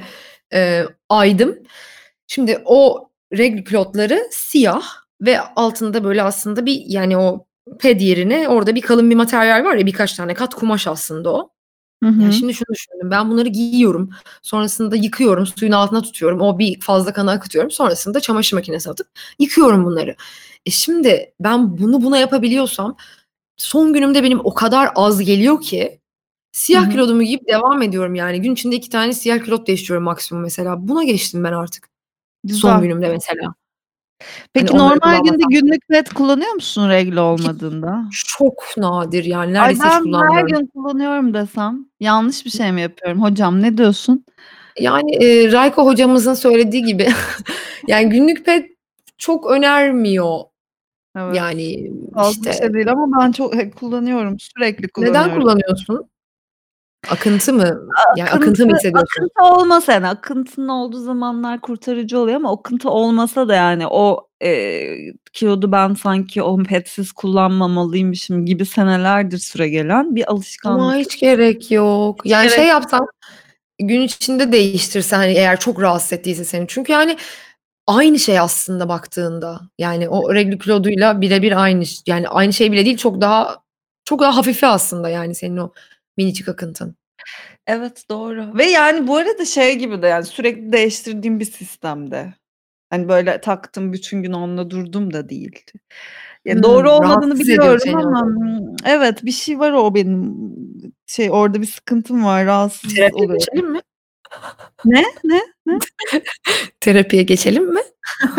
aydım. Şimdi o regl külotları siyah ve altında böyle aslında bir, yani, o ped yerine orada bir kalın bir materyal var ya, birkaç tane kat kumaş aslında o. Hı Ya, hı. şimdi şunu düşündüm, ben bunları giyiyorum, sonrasında yıkıyorum, suyun altına tutuyorum, o bir fazla kanı akıtıyorum, sonrasında çamaşır makinesine atıp yıkıyorum bunları. Şimdi ben bunu buna yapabiliyorsam son günümde benim o kadar az geliyor ki Hı siyah hı. kilotumu giyip devam ediyorum yani. Gün içinde 2 tane siyah kilot değiştiriyorum maksimum mesela. Buna geçtim ben artık son Güzel. günümde mesela. Hani Peki onları normal günde kullanmasam bile. günlük ped kullanıyor musun regl Hiç olmadığında? çok nadir yani Ay, neredeyse hiç ben her kullanmıyorum. gün kullanıyorum desem yanlış bir şey mi yapıyorum hocam, ne diyorsun? Yani, Rayko hocamızın söylediği gibi yani günlük ped çok önermiyor. Evet. Yani, Sağlıklı bir işte. şey değil ama ben çok kullanıyorum, sürekli Neden kullanıyorum. kullanıyorsun? Akıntı mı? Yani Akıntı akıntı mı hissediyorsun? akıntı olmasa, yani, akıntının olduğu zamanlar kurtarıcı oluyor ama akıntı olmasa da, yani, o, kilodu ben sanki o pedsiz kullanmamalıymışım gibi senelerdir süregelen bir Ama alışkanlık. hiç gerek yok. Hiç Yani şey gerek yapsan, gün içinde değiştirsen, hani, eğer çok rahatsız ettiyse seni. Çünkü, yani, aynı şey aslında baktığında. Yani o regl kiloduyla bire bir aynı yani aynı şey bile değil, çok daha hafifi aslında yani senin o minicik akıntın. Evet, doğru ve, yani, bu arada şey gibi de, yani, sürekli değiştirdiğim bir sistemde. Hani, böyle taktım bütün gün onunla durdum da değil. Ya, doğru olmadığını Rahatsız ediyor biliyorum seni o. ama, evet, bir şey var o benim, şey, orada bir sıkıntım var, rahatsız Terapiye oluyorum. geçelim mi? Ne? Ne? Ne? Terapiye geçelim mi?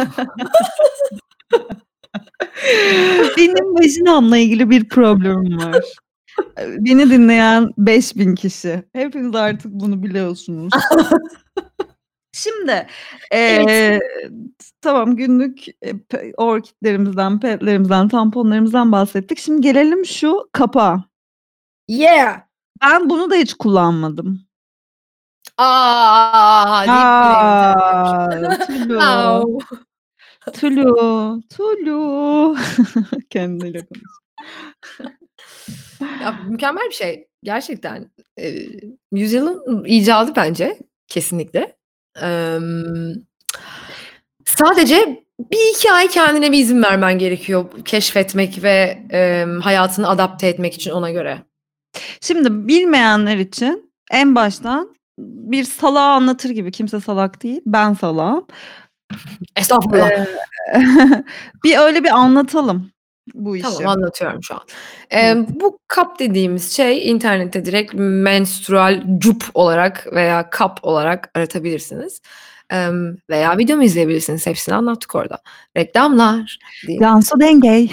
Benim vajinamla ilgili bir problemim var. Beni dinleyen 5.000 kişi. Hepiniz artık bunu biliyorsunuz. Şimdi, Evet. eee, tamam günlük, orkidlerimizden, pedlerimizden, tamponlarımızdan bahsettik. Şimdi gelelim şu kapağa. Yeah! Ben bunu da hiç kullanmadım. A! deyip yine yönteme girmiş. Tulu, Au! tulu, tulu. Kendiyle konuş. Ya, mükemmel bir şey gerçekten. Yüzyılın icadı bence kesinlikle. Emm, sadece 1-2 ay kendine bir izin vermen gerekiyor keşfetmek ve, hayatını adapte etmek için ona göre. Şimdi bilmeyenler için en baştan bir salağı anlatır gibi, kimse salak değil, ben salağım. Estağfurullah. Eee, bir öyle bir anlatalım bu Tamam, işi. anlatıyorum şu an. Hı. Bu kap dediğimiz şey internette direkt menstrual cup olarak veya kap olarak aratabilirsiniz. Veya videomu izleyebilirsiniz. Hepsini anlattık orada. Reklamlar diyeyim. Cansu Dengey.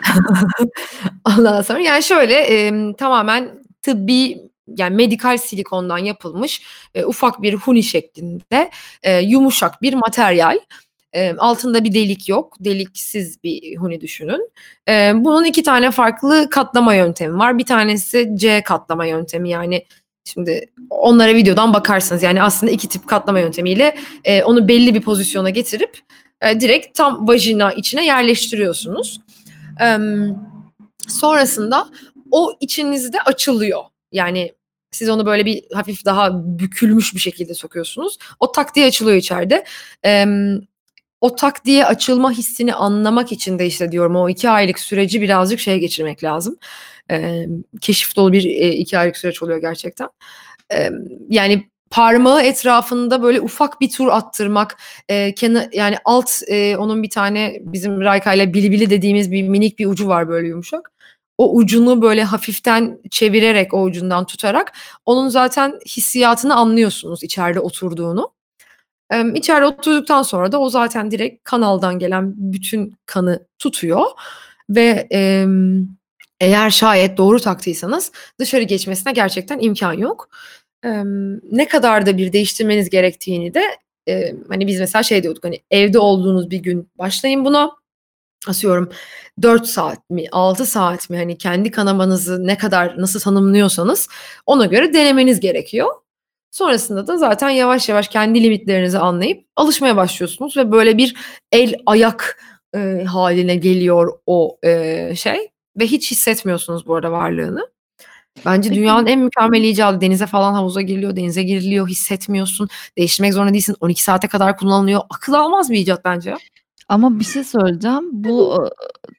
Ondan sonra yani şöyle, tamamen tıbbi, yani medikal silikondan yapılmış, ufak bir huni şeklinde, yumuşak bir materyal. Altında bir delik yok. Deliksiz bir huni düşünün. Bunun 2 tane farklı katlama yöntemi var. Bir tanesi C katlama yöntemi, yani şimdi onlara videodan bakarsınız. Yani aslında 2 tip katlama yöntemiyle, onu belli bir pozisyona getirip, direkt tam vajina içine yerleştiriyorsunuz. Emm, sonrasında o içinizde açılıyor. Yani siz onu böyle bir hafif daha bükülmüş bir şekilde sokuyorsunuz. O tak diye açılıyor içeride. Emm, o tak diye açılma hissini anlamak için de işte diyorum o 2 aylık süreci birazcık şeye geçirmek lazım. Keşif dolu bir, 2 aylık süreç oluyor gerçekten. Yani parmağı etrafında böyle ufak bir tur attırmak, yani onun bir tane bizim Rayka'yla bili bili dediğimiz bir minik bir ucu var böyle yumuşak. O ucunu böyle hafiften çevirerek, o ucundan tutarak onun zaten hissiyatını anlıyorsunuz içeride oturduğunu. İçeride oturduktan sonra da o zaten direkt kanaldan gelen bütün kanı tutuyor ve, eğer şayet doğru taktıysanız dışarı geçmesine gerçekten imkân yok. Ne kadar da bir değiştirmeniz gerektiğini de, hani, biz mesela şey diyorduk, hani, evde olduğunuz bir gün başlayın buna. atıyorum 4 saat mi, 6 saat mi, hani kendi kanamanızı ne kadar nasıl tanımlıyorsanız ona göre denemeniz gerekiyor. Sonrasında da zaten yavaş yavaş kendi limitlerinizi anlayıp alışmaya başlıyorsunuz ve böyle bir el ayak haline geliyor o şey ve hiç hissetmiyorsunuz bu arada varlığını. Bence Peki dünyanın en mükemmel icadı. Denize falan havuza giriliyor, denize giriliyor, hissetmiyorsun. Değiştirmek zorunda değilsin. 12 saate kadar kullanılıyor. Akıl almaz bir icat bence ya. ama bir şey söyleyeceğim. Bu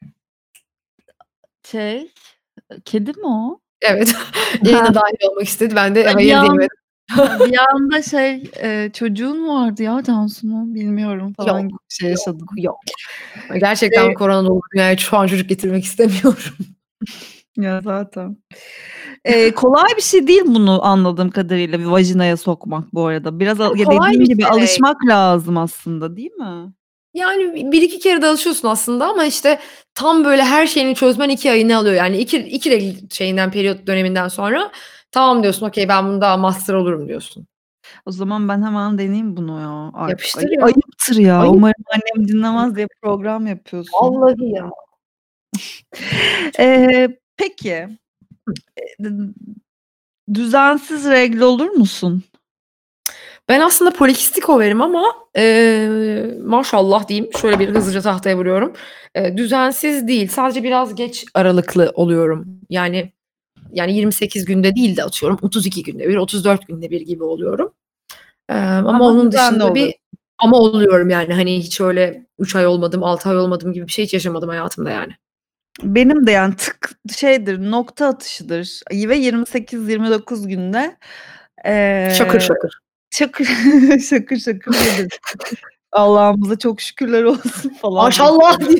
şey kedi mi o? Evet. Ha, Yayına dahil olmak istedi. Ben de bir hayır an diyemedim. bir anda çocuğun mu vardı ya Cansu'nun bilmiyorum Yok, falan gibi bir şey yok, yaşadım. yok. Gerçekten Şey, korona dolu dünyaya şu an çocuk getirmek istemiyorum. ya zaten. Kolay bir şey değil bunu anladığım kadarıyla bir vajinaya sokmak bu arada. Biraz Yani ya kolay dediğin bir gibi şey. alışmak lazım aslında değil mi? Yani bir iki kere de alışıyorsun aslında ama işte tam böyle her şeyini çözmen 2 ayını alıyor. Yani 2 regl şeyinden, periyot döneminden sonra tamam diyorsun, "Okay, ben bunda master olurum." diyorsun. O zaman ben hemen deneyeyim bunu ya artık. Yapıştır ya. Ayıptır ya. Ayıp. Umarım annem dinlemez diye program yapıyorsun. Vallahi ya. Peki, d düzensiz regl olur musun? Ben aslında polikistik overim ama, maşallah diyeyim, şöyle bir hızlıca tahtaya vuruyorum. Düzensiz değil, sadece biraz geç aralıklı oluyorum. Yani 28 günde değil de atıyorum 32 günde bir, 34 günde bir gibi oluyorum. Ama Ama onun düzenli dışında oluyorsun. ama oluyorum yani. Hani hiç öyle 3 ay olmadım, 6 ay olmadım gibi bir şey hiç yaşamadım hayatımda yani. Benim de yani şeydir, nokta atışıdır ve 28-29 günde, Şakır eee, şakır. şakır şakır şakır gelir. Allah'ımıza çok şükürler olsun falan deyip Maşallah böyle. diye.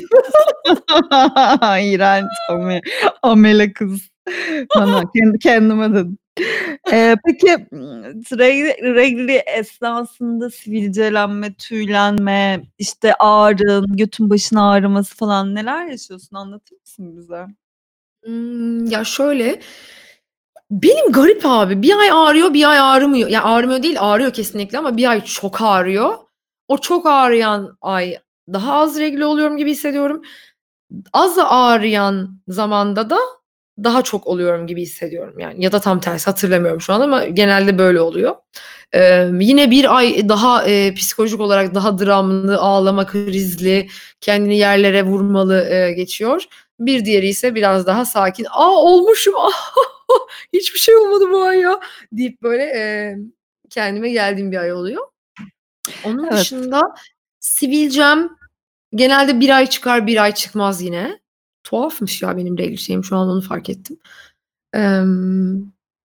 İğrenç amele kız. Bana kendime dedim. Peki, regl esnasında sivilcelenme, tüylenme, işte ağrın, götün başın ağrıması falan neler yaşıyorsun? Anlatır mısın bize? Ya şöyle, benim garip abi. Bir ay ağrıyor, bir ay ağrımıyor. Ya ağrımıyor değil, ağrıyor kesinlikle ama bir ay çok ağrıyor. O çok ağrıyan ay daha az regl oluyorum gibi hissediyorum. Az ağrıyan zamanda da daha çok oluyorum gibi hissediyorum yani ya da tam tersi hatırlamıyorum şu an ama genelde böyle oluyor. Yine bir ay daha, psikolojik olarak daha dramlı, ağlama krizli, kendini yerlere vurmalı, geçiyor. Bir diğeri ise biraz daha sakin. "A, olmuşum. Hiçbir şey olmadı bu ay ya." deyip böyle, kendime geldiğim bir ay oluyor. Onun Evet. dışında sivilcem genelde bir ay çıkar, bir ay çıkmaz yine. Tuhafmış ya benim regl şeyim, şu an onu fark ettim. Emm,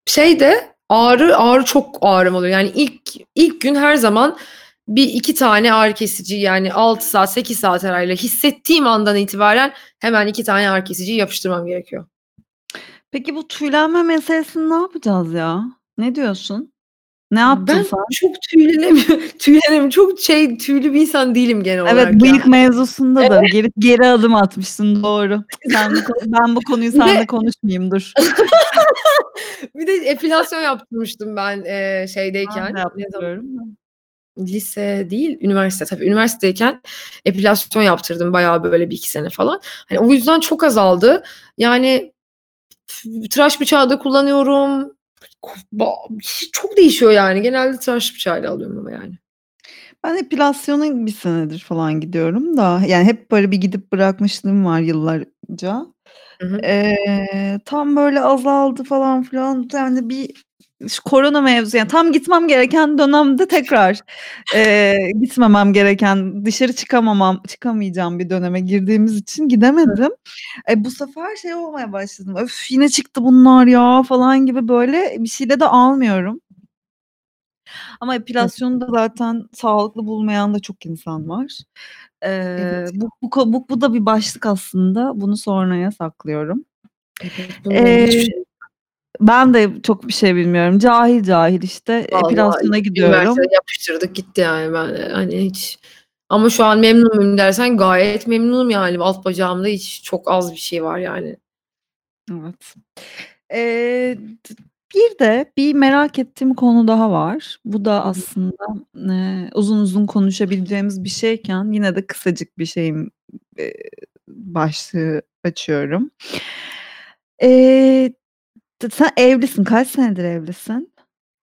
ağrı çok ağrım oluyor. Yani ilk gün her zaman bir 2 tane ağrı kesici, yani 6 saat, 8 saat arayla hissettiğim andan itibaren hemen 2 tane ağrı kesiciyi yapıştırmam gerekiyor. Peki bu tüylenme meselesini ne yapacağız ya? Ne diyorsun? Ne yaptın Ben sen? çok tüylenemiyorum. Çok tüylü bir insan değilim genel Evet, olarak ya. bıyık mevzusunda da Evet. geri adım atmışsın, doğru. Ben bu konuyu Bir seninle de konuşmayayım, dur. bir de epilasyon yaptırmıştım ben, Ben de şeydeyken. Ne zaman? yaptırıyorum da. Lise değil, üniversite tabii. Üniversitedeyken epilasyon yaptırdım bayağı böyle 1-2 sene falan. Hani o yüzden çok azaldı. Yani tıraş bıçağı da kullanıyorum. Ba Çok değişiyor yani. Genelde tıraş bıçağıyla alıyorum ama yani. Ben epilasyona 1 senedir falan gidiyorum da yani hep böyle bir gidip bırakmışlığım var yıllarca. Hı hı. Tam böyle azaldı falan filan. Yani şu korona mevzu yani tam gitmem gereken dönemde tekrar, gitmemem gereken, dışarı çıkamayacağım bir döneme girdiğimiz için gidemedim. Bu sefer şey olmaya başladım. "Öf, yine çıktı bunlar ya." falan gibi böyle bir şeyle de almıyorum. Ama Hı. epilasyonu da zaten sağlıklı bulmayan da çok insan var. Evet ya. Bu da bir başlık aslında. Bunu sonraya saklıyorum. Evet. Bununla ilgili hiçbir Eee, şey. Ben de çok bir şey bilmiyorum. Cahil cahil işte Vallahi epilasyona üniversitede gidiyorum. yapıştırdık gitti yani ben, hani hiç ama şu an memnun muyum dersen gayet memnunum yani. Alt bacağımda hiç çok az bir şey var yani. Evet. D Bir de bir merak ettiğim konu daha var. Bu da Hı hı. aslında, uzun uzun konuşabileceğimiz bir şeyken yine de kısacık bir şeyim, eee, başlığı açıyorum. Eee, sen evlisin. Kaç senedir evlisin?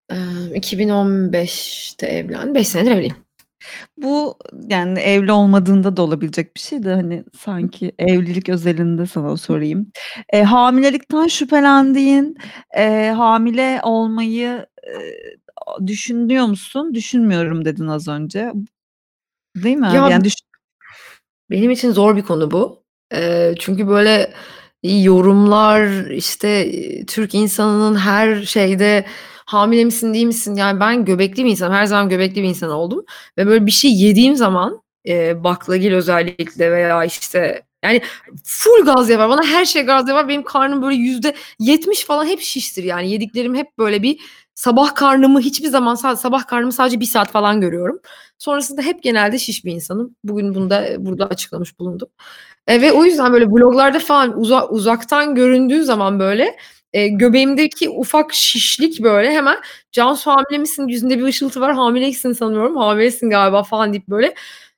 2015'te evlendim. 5 senedir evliyim. Bu yani evli olmadığında da olabilecek bir şey de hani sanki evlilik özelinde sana sorayım. Hamilelikten şüphelendiğin, hamile olmayı düşünüyor musun? Düşünmüyorum dedin az önce. Değil mi? Ya Yani benim için zor bir konu bu. Çünkü böyle yorumlar işte Türk insanının her şeyde hamile misin değil misin? Yani ben göbekli bir insanım. Her zaman göbekli bir insan oldum. Ve böyle bir şey yediğim zaman baklagil özellikle veya işte yani full gaz yapar. Bana her şey gaz yapar. Benim karnım böyle %70 falan hep şiştir yani. Yediklerim hep böyle bir sabah karnımı hiçbir zaman sabah karnımı sadece 1 saat falan görüyorum. Sonrasında hep genelde şiş bir insanım. Bugün bunu da burada açıklamış bulundum. Ve o yüzden böyle vloglarda falan uzaktan göründüğü zaman böyle göbeğimdeki ufak şişlik böyle hemen Cansu hamile misin? Yüzünde bir ışıltı var. Hamileysin sanıyorum. Hamilesin galiba falan deyip böyle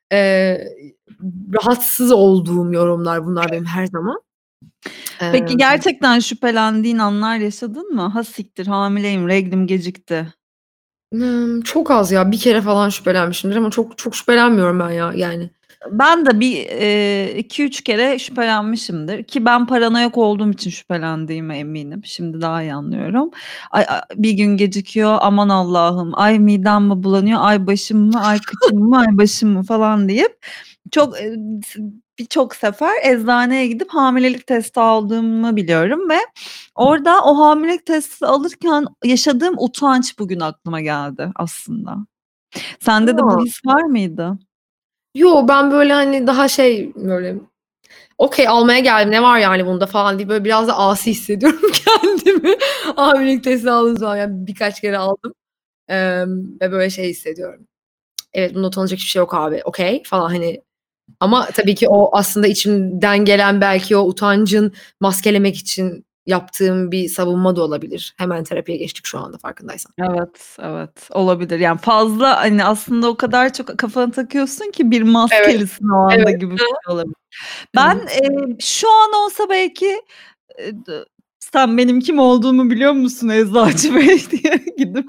rahatsız olduğum yorumlar bunlar benim her zaman. Peki gerçekten şüphelendiğin anlar yaşadın mı? Ha siktir hamileyim, reglim gecikti. Çok az ya. Bir kere falan şüphelenmişimdir ama çok şüphelenmiyorum ben ya yani. Ben de bir 2-3 kere şüphelenmişimdir ki ben paranoyak olduğum için şüphelendiğime eminim. Şimdi daha iyi anlıyorum. Bir gün gecikiyor, aman Allah'ım, ay midem mi bulanıyor, ay başım mı, ay kıçım mı, ay başım mı falan deyip çok birçok sefer eczaneye gidip hamilelik testi aldığımı biliyorum ve orada o hamilelik testi alırken yaşadığım utanç bugün aklıma geldi aslında. Sende de bu Aa. his var mıydı? Yo ben böyle hani daha böyle okey almaya geldim ne var yani bunda falan diye böyle biraz da asi hissediyorum kendimi. Hamilelik testi aldığım zaman yani birkaç kere aldım. Ve böyle hissediyorum. Evet bunda utanacak hiçbir şey yok abi. Okey falan hani. Ama tabii ki o aslında içimden gelen belki o utancın maskelemek için yaptığım bir savunma da olabilir. Hemen terapiye geçtik şu anda farkındaysan. Evet, evet olabilir. Yani fazla hani aslında o kadar çok kafana takıyorsun ki bir Evet. maskelisin o anda Evet. gibi bir şey olabilir. Ben Evet. şu an olsa belki sen benim kim olduğumu biliyor musun Eczacı Bey diye gidip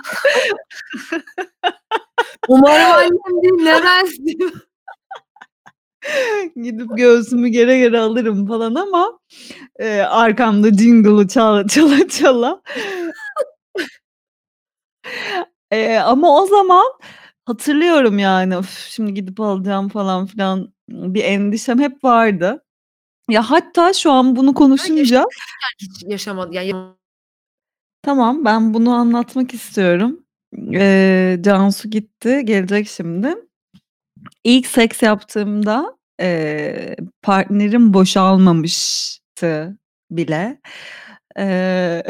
Umarım annem dinlemez. gidip göğsümü gere gere alırım falan ama arkamda jingle'ı çala çala çala. Ama o zaman hatırlıyorum yani "Öf, şimdi gidip alacağım falan filan bir endişem hep vardı. Ya hatta şu an bunu konuşunca Hiç yaşamadı. Yani tamam ben bunu anlatmak istiyorum. Cansu gitti gelecek şimdi. İlk seks yaptığımda partnerim boşalmamıştı bile. Eee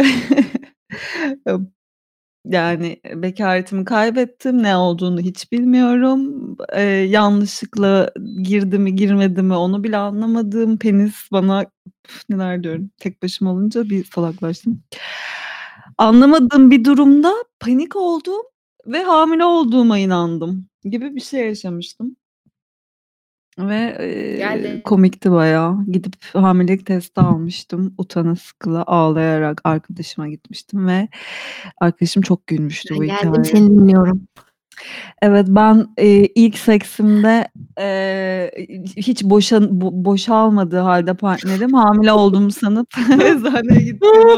Yani bekaretimi kaybettim. Ne olduğunu hiç bilmiyorum. Yanlışlıkla girdi mi girmedi mi onu bile anlamadım. Penis bana neler diyorum. Tek başıma olunca bir salaklaştım. Anlamadığım bir durumda panik oldum ve hamile olduğuma inandım gibi bir şey yaşamıştım. Ve geldi. komikti bayağı. Gidip hamilelik testi almıştım. Utana sıkıla ağlayarak arkadaşıma gitmiştim ve arkadaşım çok gülmüştü bu Ben geldim hikâyeye. seni dinliyorum. Evet, ben, ilk seksimde, hiç boşalmadığı hâlde partnerim hamile olduğumu sanıp eczaneye gittiğimi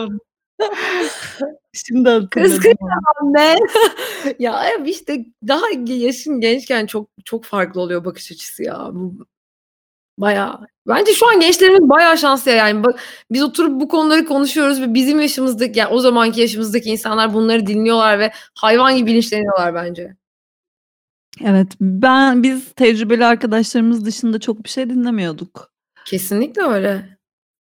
şimdi Kız hatırladım onu. kıyamam Ya işte daha yaşın gençken çok farklı oluyor bakış açısı ya. Bu bayağı. Bence şu an gençlerimiz bayağı şanslı ya. Yani bak biz oturup bu konuları konuşuyoruz ve bizim yaşımızdaki yani o zamanki yaşımızdaki insanlar bunları dinliyorlar ve hayvan gibi bilinçleniyorlar bence. Evet, biz tecrübeli arkadaşlarımız dışında çok bir şey dinlemiyorduk. Kesinlikle öyle.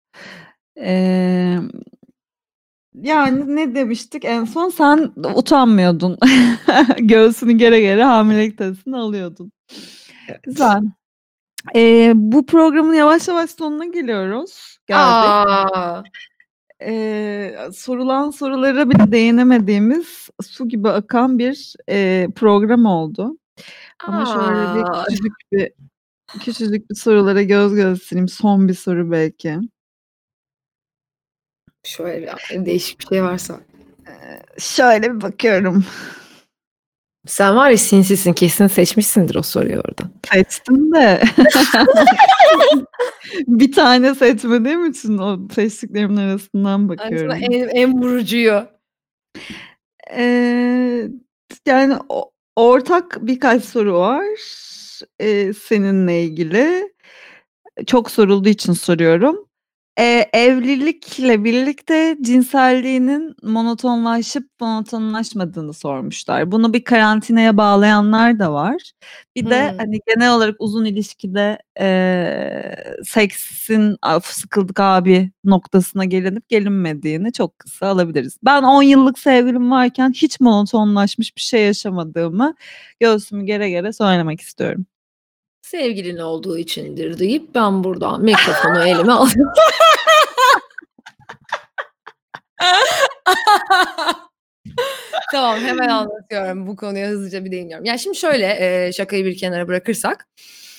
Emm, yani ne demiştik en son? Sen utanmıyordun. Göğsünü gere gere hamilelik testini alıyordun. Evet. Güzel. Bu programın yavaş yavaş sonuna geldik. A! Sorulan sorulara bile değinemediğimiz su gibi akan bir, program oldu. Ama şöyle bir A! küçücük bir Küçücük bir sorulara göz göstereyim. Son bir soru belki. Şöyle bir değişik bir şey varsa. Şöyle bir bakıyorum. Sen var ya sinsisin, kesin seçmişsindir o soruyu oradan. Seçtim de. Bir tane seçmediğim için o seçtiklerimin arasından bakıyorum. En vurucuyu. Yani ortak birkaç soru var seninle ilgili. Çok sorulduğu için soruyorum. Evlilikle birlikte cinselliğinin monotonlaşmadığını sormuşlar. Bunu bir karantinaya bağlayanlar da var. Bir de hani genel olarak uzun ilişkide seksin sıkıldık abi noktasına gelinip gelinmediğini çok kısa alabiliriz. Ben 10 yıllık sevgilim varken hiç monotonlaşmış bir şey yaşamadığımı göğsümü gere gere söylemek istiyorum. Sevgilin olduğu içindir deyip ben buradan mikrofonu elime alıyorum. Tamam, hemen anlatıyorum. Bu konuya hızlıca bir değiniyorum. Yani şimdi şöyle, şakayı bir kenara bırakırsak,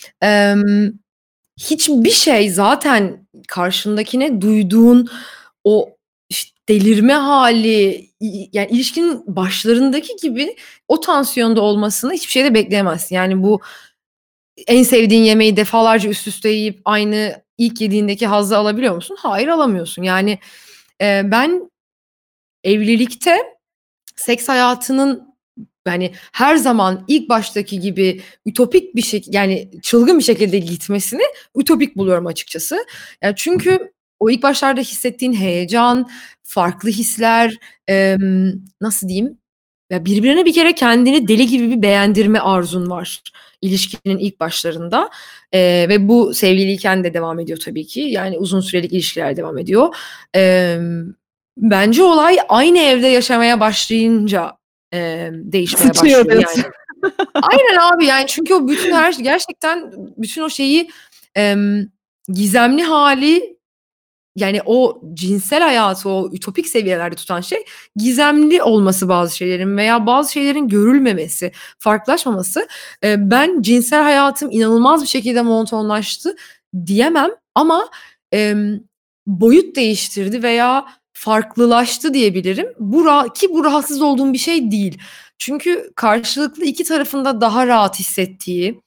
hiçbir şey zaten karşındakine duyduğun o delirme hali, yani ilişkinin başlarındaki gibi o tansiyonda olmasını hiçbir şeyde bekleyemezsin. Yani bu en sevdiğin yemeği defalarca üst üste yiyip aynı ilk yediğindeki hazzı alabiliyor musun? Hayır, alamıyorsun. Yani ben evlilikte seks hayatının yani her zaman ilk baştaki gibi ütopik bir şekilde, yani çılgın bir şekilde gitmesini ütopik buluyorum açıkçası. Yani çünkü o ilk başlarda hissettiğin heyecan, farklı hisler, nasıl diyeyim? Ya birbirine bir kere kendini deli gibi bir beğendirme arzun var ilişkinin ilk başlarında. Ve bu sevgiliyken de devam ediyor tabii ki. Yani uzun sürelik ilişkiler devam ediyor. Bence olay aynı evde yaşamaya başlayınca değişmeye Sıçıyor başlıyor diyorsun. yani. Aynen abi, yani çünkü o bütün gerçekten bütün o şeyi gizemli hali, yani o cinsel hayatı o ütopik seviyelerde tutan şey gizemli olması bazı şeylerin veya bazı şeylerin görülmemesi, farklılaşmaması. Ben cinsel hayatım inanılmaz bir şekilde monotonlaştı diyemem ama boyut değiştirdi veya farklılaştı diyebilirim. Bu rahatsız olduğum bir şey değil. Çünkü karşılıklı iki tarafında daha rahat hissettiği,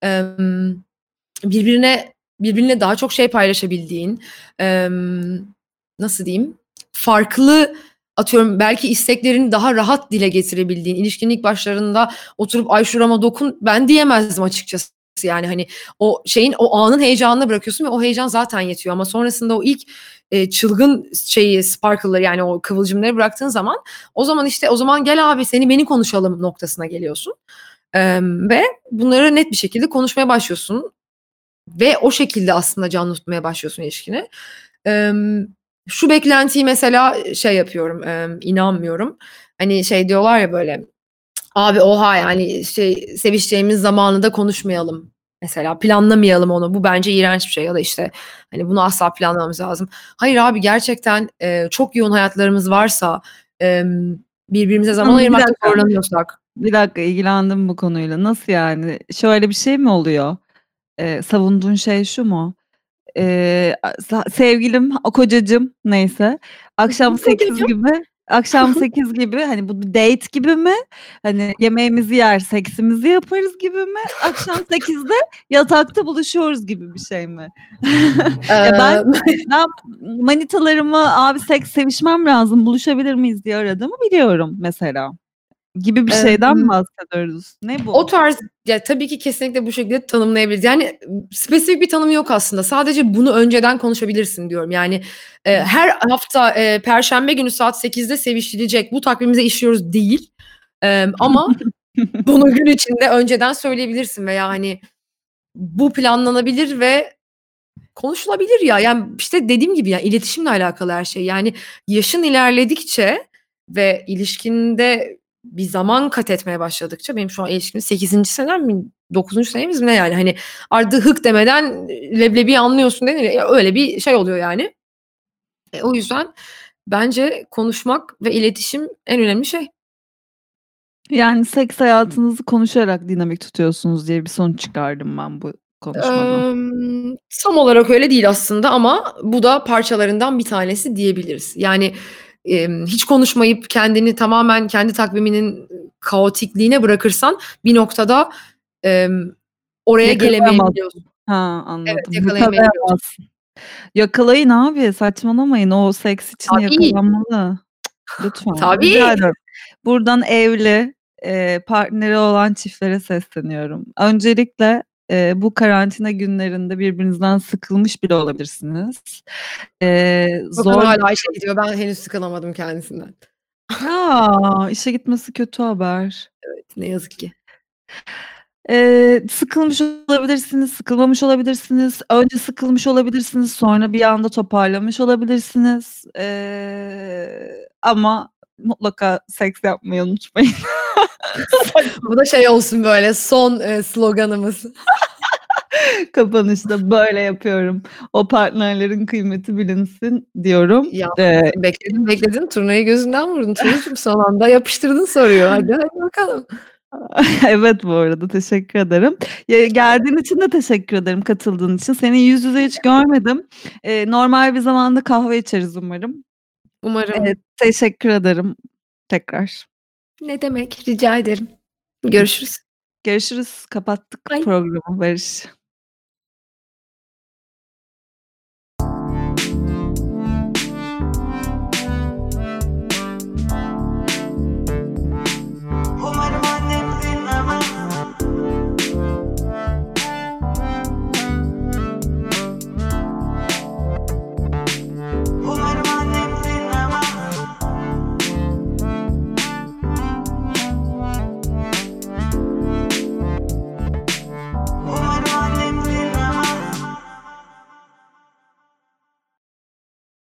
birbirine daha çok şey paylaşabildiğin, nasıl diyeyim, farklı, atıyorum belki isteklerini daha rahat dile getirebildiğin, ilişkinin ilk başlarında oturup ay şurama dokun ben diyemezdim açıkçası. Yani hani o şeyin, o anın heyecanını bırakıyorsun ve o heyecan zaten yetiyor ama sonrasında o ilk çılgın şeyi, sparkle'ları, yani o kıvılcımları bıraktığın zaman, o zaman işte o zaman gel abi beni konuşalım noktasına geliyorsun. Ve bunları net bir şekilde konuşmaya başlıyorsun. Ve o şekilde aslında canlı tutmaya başlıyorsun ilişkini. Şu beklentiyi mesela şey yapıyorum, inanmıyorum. Hani şey diyorlar ya böyle, abi oha yani sevişeceğimiz zamanı da konuşmayalım. Mesela planlamayalım onu. Bu bence iğrenç bir şey, ya da işte hani bunu asla planlamamız lazım. Hayır abi, gerçekten çok yoğun hayatlarımız varsa, birbirimize zaman ayırmakta zorlanıyorsak. Bir dakika, ilgilendim bu konuyla. Nasıl yani? Şöyle bir şey mi oluyor? Savunduğun şey şu mu? Sevgilim, kocacığım neyse akşam 8 gibi hani bu bir date gibi mi? Hani yemeğimizi yer, seksimizi yaparız gibi mi? Akşam 8'de yatakta buluşuyoruz gibi bir şey mi? Ya ben manitalarımı abi sevişmem lazım, buluşabilir miyiz diye aradığımı biliyorum mesela. Gibi bir şeyden mi bahsediyoruz? Ne bu? O tarz, ya tabii ki kesinlikle bu şekilde tanımlayabiliriz. Yani spesifik bir tanım yok aslında. Sadece bunu önceden konuşabilirsin diyorum. Yani her hafta Perşembe günü saat 8'de sevişilecek, bu takvimimize işliyoruz değil. Ama bunu gün içinde önceden söyleyebilirsin veya hani bu planlanabilir ve konuşulabilir ya. Yani işte dediğim gibi ya, iletişimle alakalı her şey. Yani yaşın ilerledikçe ve ilişkinde bir zaman kat etmeye başladıkça, benim şu an ilişkimin 8. senem mi 9. senemiz mi ne, yani hani artık hık demeden leblebi anlıyorsun denir ya, öyle bir şey oluyor yani. O yüzden bence konuşmak ve iletişim en önemli şey. Yani seks hayatınızı konuşarak dinamik tutuyorsunuz diye bir sonuç çıkardım ben bu konuşmadan. Tam olarak öyle değil aslında ama bu da parçalarından bir tanesi diyebiliriz. Yani, hiç konuşmayıp kendini tamamen kendi takviminin kaotikliğine bırakırsan bir noktada, oraya Yakalayamazsın. gelemeyebiliyorsun. Ha, Evet, anladım. yakalayamayabiliyorsun. Yakalayamazsın. Yakalayın abi, saçmalamayın. O seks için Tabii, yakalanmalı. Lütfen, rica tabii. ediyorum. Buradan evli, partneri olan çiftlere sesleniyorum. Öncelikle, bu karantina günlerinde birbirinizden sıkılmış bile olabilirsiniz. Furkan Zor hâlâ işe gidiyor. Ben henüz sıkılamadım kendisinden. Ya, işe gitmesi kötü haber. Evet, ne yazık ki. Sıkılmış olabilirsiniz, sıkılmamış olabilirsiniz. Önce sıkılmış olabilirsiniz, sonra bir anda toparlamış olabilirsiniz. Ama mutlaka seks yapmayı unutmayın. Bu da şey olsun böyle son, sloganımız. Kapanışta böyle yapıyorum. O partnerlerin kıymeti bilinsin diyorum. Yapmışsın. Bekledin, bekledin. Turnayı gözünden vurdun Tuğcuğum. Son anda yapıştırdın soruyu. Hadi, hadi bakalım. Evet, bu arada teşekkür ederim. Geldiğin için de teşekkür ederim, katıldığın için. Seni yüz yüze hiç görmedim. Normal bir zamanda kahve içeriz umarım. Umarım. Teşekkür ederim tekrar. Ne demek, rica ederim. Görüşürüz. Görüşürüz. Kapattık Bye. programı Barış.